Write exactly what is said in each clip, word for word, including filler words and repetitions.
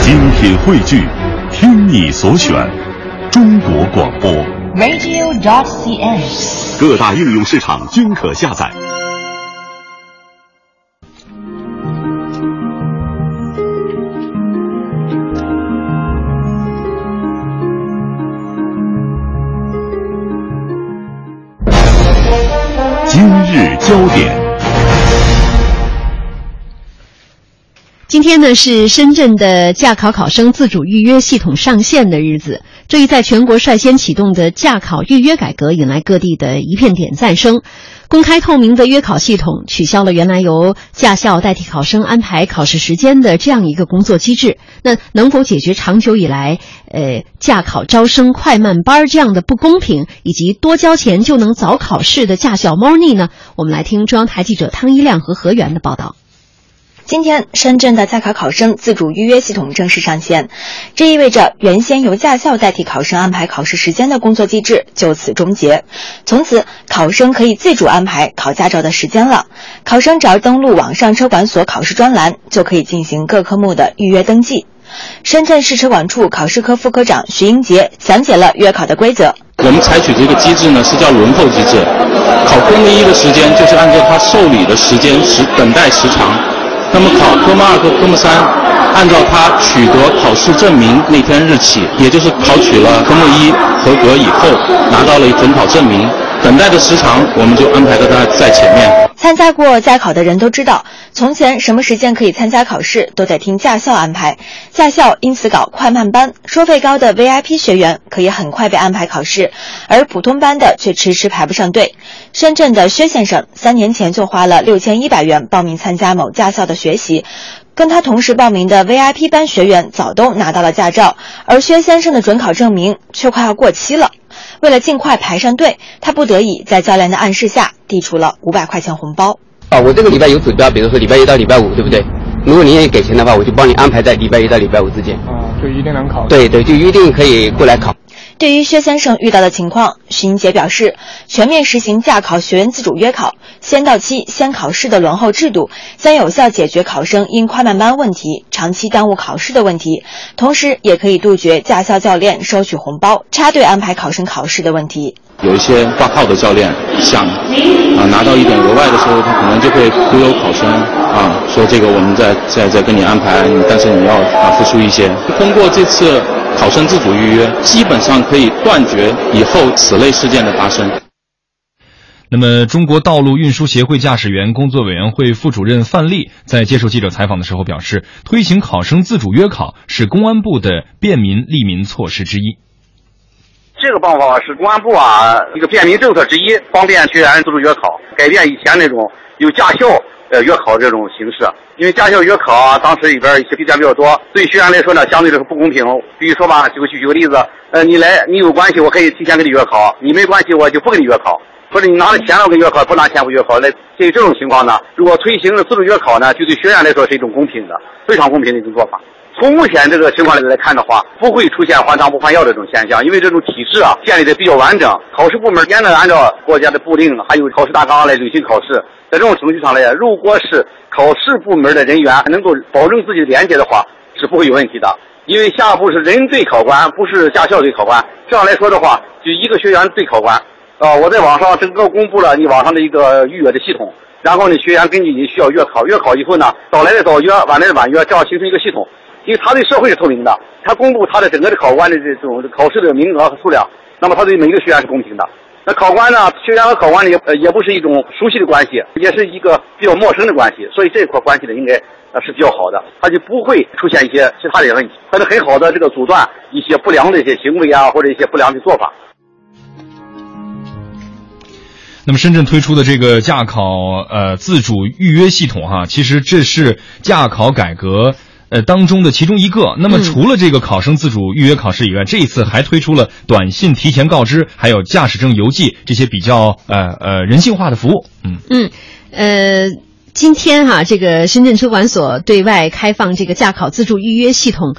精品汇聚，听你所选，中国广播 radio dot c n， 各大应用市场均可下载。今日焦点。 今天呢是深圳的驾考考生自主预约系统上线的日子，这一在全国率先启动的驾考预约改革引来各地的一片点赞声。公开透明的约考系统取消了原来由驾校代替考生安排考试时间的这样一个工作机制，那能否解决长久以来呃驾考招生快慢班这样的不公平，以及多交钱就能早考试的驾校猫腻呢？我们来听中央台记者汤一亮和何源的报道。 今天，深圳的驾考考生自主预约系统正式上线，这意味着原先由驾校代替考生安排考试时间的工作机制就此终结。从此，考生可以自主安排考驾照的时间了。考生只要登录网上车管所考试专栏，就可以进行各科目的预约登记。深圳市车管处考试科副科长徐英杰讲解了约考的规则。 我们采取这个机制呢，是叫轮候机制。考科目一的时间就是按照他受理的时间时等待时长。那么考科目二和科目三，按照他取得考试证明那天日起，也就是考取了科目一合格以后，拿到了准考证明，等待的时长我们就安排在他在前面。 参加过驾考的人都知道，从前什么时间可以参加考试都得听驾校安排，驾校因此搞快慢班，收费高的 V I P 学员可以很快被安排考试，而普通班的却迟迟排不上队。深圳的薛先生三年前就花了六千一百元报名参加某驾校的学习，跟他同时报名的 V I P 班学员早都拿到了驾照，而薛先生的准考证明却快要过期了。为了尽快排上队，他不得已在教练的暗示下递出了五百块钱红包。 啊，我这个礼拜有指标，比如说礼拜一到礼拜五，对不对？如果你愿意给钱的话，我就帮你安排在礼拜一到礼拜五之间。 啊，就一定能考。 对对，就一定可以过来考。 对于薛先生遇到的情况，徐英杰表示，全面实行驾考学员自主约考、先到期先考试的轮候制度，将有效解决考生因快慢班问题长期耽误考试的问题，同时也可以杜绝驾校教练收取红包、插队安排考生考试的问题。 有一些挂靠的教练想啊拿到一点额外的时候，他可能就会忽悠考生啊，说这个我们再再再跟你安排，但是你要啊付出一些。通过这次考生自主预约，基本上可以断绝以后此类事件的发生。 那么，中国道路运输协会驾驶员工作委员会副主任范丽在接受记者采访的时候表示，推行考生自主约考是公安部的便民利民措施之一。 这个办法是公安部啊一个便民政策之一，方便学员自主约考，改变以前那种有驾校呃约考这种形式。因为驾校约考啊，当时里边一些弊端比较多，对学员来说呢，相对来说不公平。比如说吧，举个举个例子，呃，你来你有关系，我可以提前给你约考；你没关系，我就不给你约考。或者你拿了钱了我给约考，不拿钱不约考。来，对于这种情况呢，如果推行自主约考呢，就对学员来说是一种公平的、非常公平的一种做法。从目前这个情况来看的话，不会出现换汤不换药这种现象，因为这种体制啊建立的比较完整，考试部门严格按照国家的布令还有考试大纲来履行考试。在这种程序上来，如果是考试部门的人员能够保证自己的廉洁的话，是不会有问题的。因为下一步是人对考官，不是驾校对考官。这样来说的话，就一个学员对考官。呃，我在网上整个公布了你网上的一个预约的系统，然后呢，学员根据你需要约考，约考以后呢，早来的早约，晚来的晚约，这样形成一个系统。因为他对社会是透明的，他公布他的整个的考官的这种考试的名额和数量，那么他对每一个学员是公平的。那考官呢，学员和考官呢也呃也不是一种熟悉的关系，也是一个比较陌生的关系，所以这块关系呢应该呃是比较好的，他就不会出现一些其他的问题，他能很好的这个阻断一些不良的一些行为啊，或者一些不良的做法。 那么深圳推出的这个驾考呃自主预约系统哈，其实这是驾考改革呃当中的其中一个。那么除了这个考生自主预约考试以外，这一次还推出了短信提前告知，还有驾驶证邮寄这些比较呃呃人性化的服务。嗯嗯呃。今天哈、啊，这个深圳车管所对外开放这个驾考自助预约系统，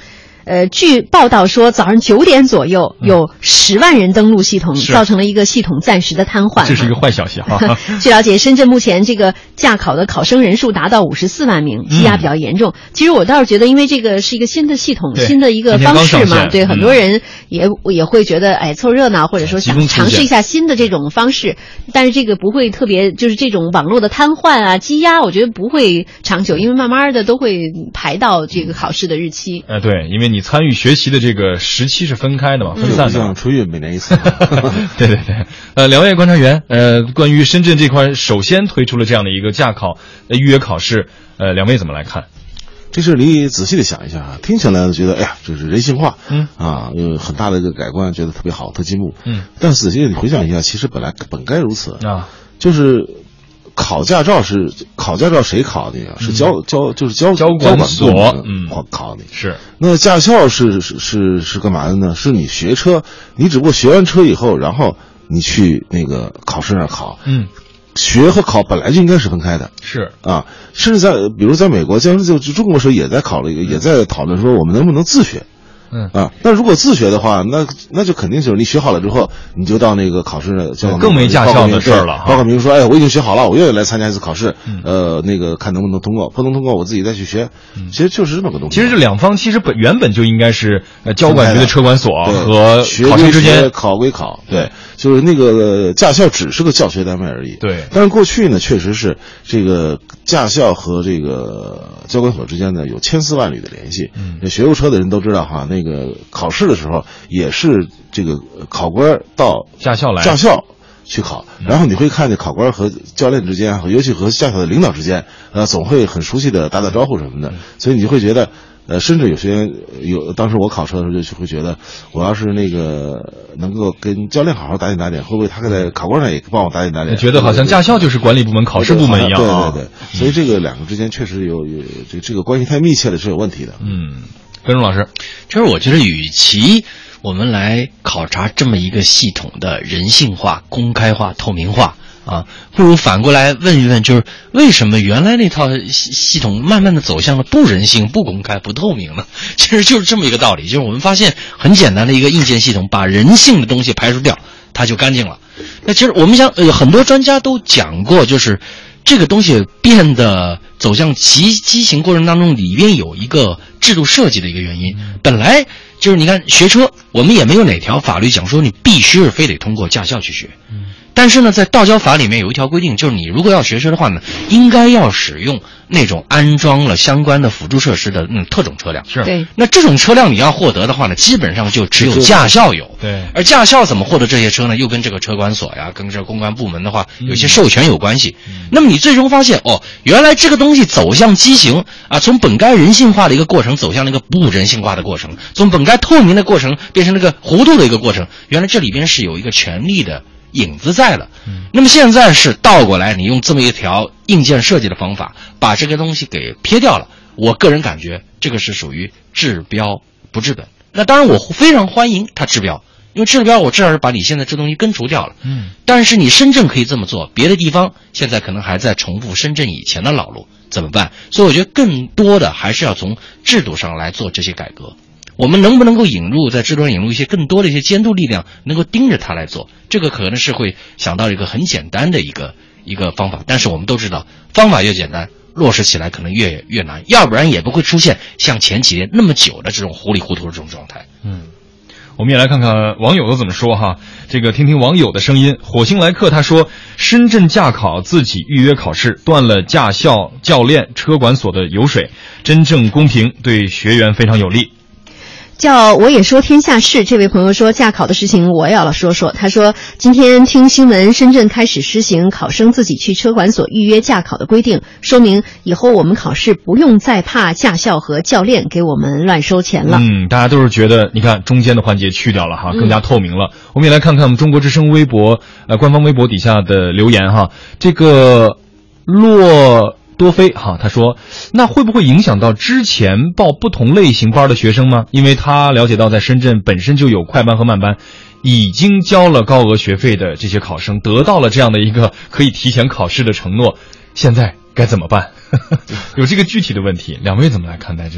呃，据报道说，早上九点左右有十万人登录系统，造成了一个系统暂时的瘫痪。 这是一个坏消息哈。 据了解，深圳目前这个驾考的考生人数达到五十四万名，积压比较严重。嗯、其实我倒是觉得，因为这个是一个新的系统，新的一个方式嘛，对、嗯、很多人也也会觉得，哎，凑热闹，或者说想尝试一下新的这种方式。但是这个不会特别，就是这种网络的瘫痪啊、积压，我觉得不会长久，因为慢慢的都会排到这个考试的日期。 呃，对，因为你参与学习的这个时期是分开的嘛，分散的。 像春运每年一次。 对对对。呃，两位观察员，呃，关于深圳这块，首先推出了这样的一个驾考预约考试，呃，两位怎么来看？ 这事你仔细的想一下啊，听起来觉得哎呀，这是人性化，嗯啊，有很大的一个改观，觉得特别好，特进步，嗯。但仔细的你回想一下，其实本来本该如此啊，就是考驾照是考驾照谁考的呀？是交交就是交交管所嗯考的。 是。 那驾校是是是是干嘛的呢？是你学车，你只不过学完车以后，然后你去那个考试那儿考，嗯。学和考本来就应该是分开的， 是啊，甚至在比如在美国，将就中国时候也在考了一个，也在讨论说我们能不能自学，嗯啊，那如果自学的话，那那就肯定就是你学好了之后，你就到那个考试就更没驾校的事了， 报个名说，哎，我已经学好了，我愿意来参加一次考试，嗯、呃，那个看能不能通过，不能通过我自己再去学，嗯、其实就是这么个东西。 其实这两方其实本原本就应该是呃交管局的车管所和考生之间考归考，对。就是那个驾校只是个教学单位而已， 对。 但是过去呢，确实是这个驾校和这个交管所之间呢有千丝万缕的联系。嗯，学过车的人都知道哈，那个考试的时候也是这个考官到驾校来驾校去考，然后你会看见考官和教练之间，尤其和驾校的领导之间，呃，总会很熟悉的打打招呼什么的，所以你就会觉得。呃，甚至有些人有，当时我考车的时候就会觉得，我要是那个能够跟教练好好打点打点，会不会他在考官上也帮我打点打点？ 觉得好像驾校就是管理部门、考试部门一样啊。对对对，所以这个两个之间确实有有这这个关系太密切了，是有问题的。 嗯，跟荣老师， 其实我觉得，与其我们来考察这么一个系统的人性化、公开化、透明化。啊，不如反过来问一问，就是为什么原来那套系系统慢慢的走向了不人性、不公开、不透明呢？其实就是这么一个道理，就是我们发现很简单的一个硬件系统，把人性的东西排除掉，它就干净了。那其实我们想，呃，很多专家都讲过，就是这个东西变得走向畸畸形过程当中，里边有一个制度设计的一个原因。本来就是你看学车，我们也没有哪条法律讲说你必须是非得通过驾校去学。但是呢，在道交法里面有一条规定，就是你如果要学车的话呢，应该要使用那种安装了相关的辅助设施的那种特种车辆。 是。 对。 那这种车辆你要获得的话呢，基本上就只有驾校有。 对。 而驾校怎么获得这些车呢？又跟这个车管所呀，跟这公关部门的话，有些授权有关系。嗯。那么你最终发现，哦，原来这个东西走向畸形啊，从本该人性化的一个过程走向了一个不人性化的过程，从本该透明的过程变成了一个糊涂的一个过程。原来这里边是有一个权力的影子在了，那么现在是倒过来，你用这么一条硬件设计的方法，把这个东西给撇掉了。我个人感觉这个是属于治标不治本。那当然，我非常欢迎它治标，因为治标我至少是把你现在这东西根除掉了。嗯，但是你深圳可以这么做，别的地方现在可能还在重复深圳以前的老路，怎么办？所以我觉得更多的还是要从制度上来做这些改革。我们能不能够引入在制度上引入一些更多的一些监督力量，能够盯着它来做？这个可能是会想到一个很简单的一个一个方法，但是我们都知道，方法越简单，落实起来可能越越难，要不然也不会出现像前几年那么久的这种糊里糊涂的这种状态。 嗯，我们也来看看网友都怎么说哈。这个听听网友的声音。火星来客他说，深圳驾考自己预约考试，断了驾校、教练、车管所的油水，真正公平，对学员非常有利。 叫我也说天下事，这位朋友说驾考的事情我也要说说。他说今天听新闻，深圳开始实行考生自己去车管所预约驾考的规定，说明以后我们考试不用再怕驾校和教练给我们乱收钱了。 嗯，大家都是觉得你看中间的环节去掉了哈，更加透明了。嗯、我们也来看看我们中国之声微博呃官方微博底下的留言哈，这个洛多菲哈，他说那会不会影响到之前报不同类型班的学生吗？因为他了解到在深圳本身就有快班和慢班，已经交了高额学费的这些考生得到了这样的一个可以提前考试的承诺，现在该怎么办？有这个具体的问题，两位怎么来看待这种？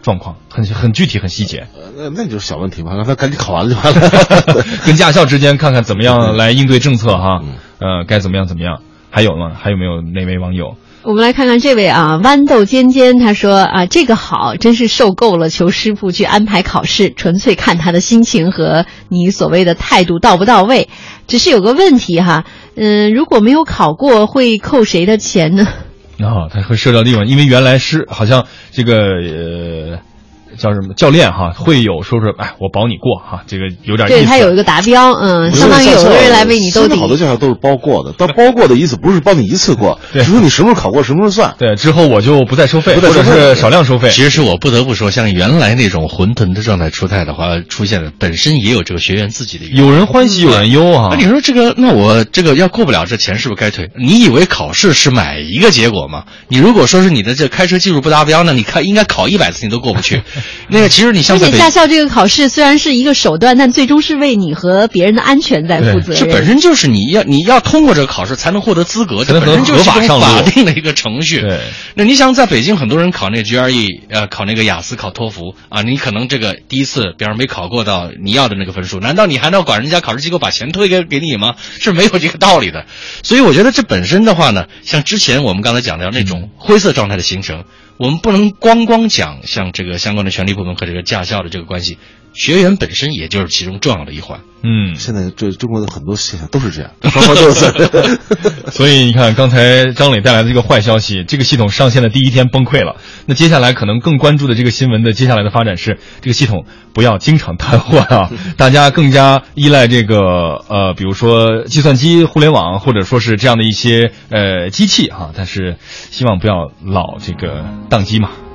状况，很很具体很细节。 呃，那就是小问题嘛，让他赶紧考完了就完了。 跟驾校之间看看怎么样来应对政策哈，呃，该怎么样怎么样。还有吗？还有没有那位网友？ 我们来看看这位啊，豌豆尖尖，他说啊，这个好，真是受够了求师傅去安排考试，纯粹看他的心情和你所谓的态度到不到位。只是有个问题哈，嗯，如果没有考过，会扣谁的钱呢？ 哦，他会涉及到利润，因为原来是好像这个呃。叫什么教练哈，会有说是哎，我保你过哈，这个有点意思。 对他有一个达标，嗯，相当于有的人来为你兜底。 好多驾校都是包过的，但包过的意思不是帮你一次过，只是你什么时候考过什么时候算。 对，之后我就不再收费，或者是少量收费。 其实是我不得不说，像原来那种混沌的状态出台的话，出现的本身也有这个学员自己的原因。 有人欢喜有人忧啊。 那你说这个，那我这个要过不了这钱是不是该退？你以为考试是买一个结果吗？你如果说是你的这开车技术不达标呢，你看应该考一百次你都过不去。那个其实你。 而且驾校这个考试虽然是一个手段，但最终是为你和别人的安全在负责任。 这本身就是你要你要通过这个考试才能获得资格，这本身就是一种法定的一个程序。 对， 那你想在北京很多人考那个 G R E， 呃，考那个雅思、考托福啊，你可能这个第一次，比方没考过到你要的那个分数，难道你还要管人家考试机构把钱退给给你吗？是没有这个道理的。所以我觉得这本身的话呢，像之前我们刚才讲的那种灰色状态的形成。我们不能光光讲像这个相关的权力部门和这个驾校的这个关系，学员本身也就是其中重要的一环。 嗯， 现在这中国的很多现象都是这样，双方都有责任。 所以你看，刚才张磊带来的这个坏消息，这个系统上线的第一天崩溃了。那接下来可能更关注的这个新闻的接下来的发展是，这个系统不要经常瘫痪啊，大家更加依赖这个呃，比如说计算机、互联网，或者说是这样的一些呃机器哈、啊，但是希望不要老这个宕机嘛。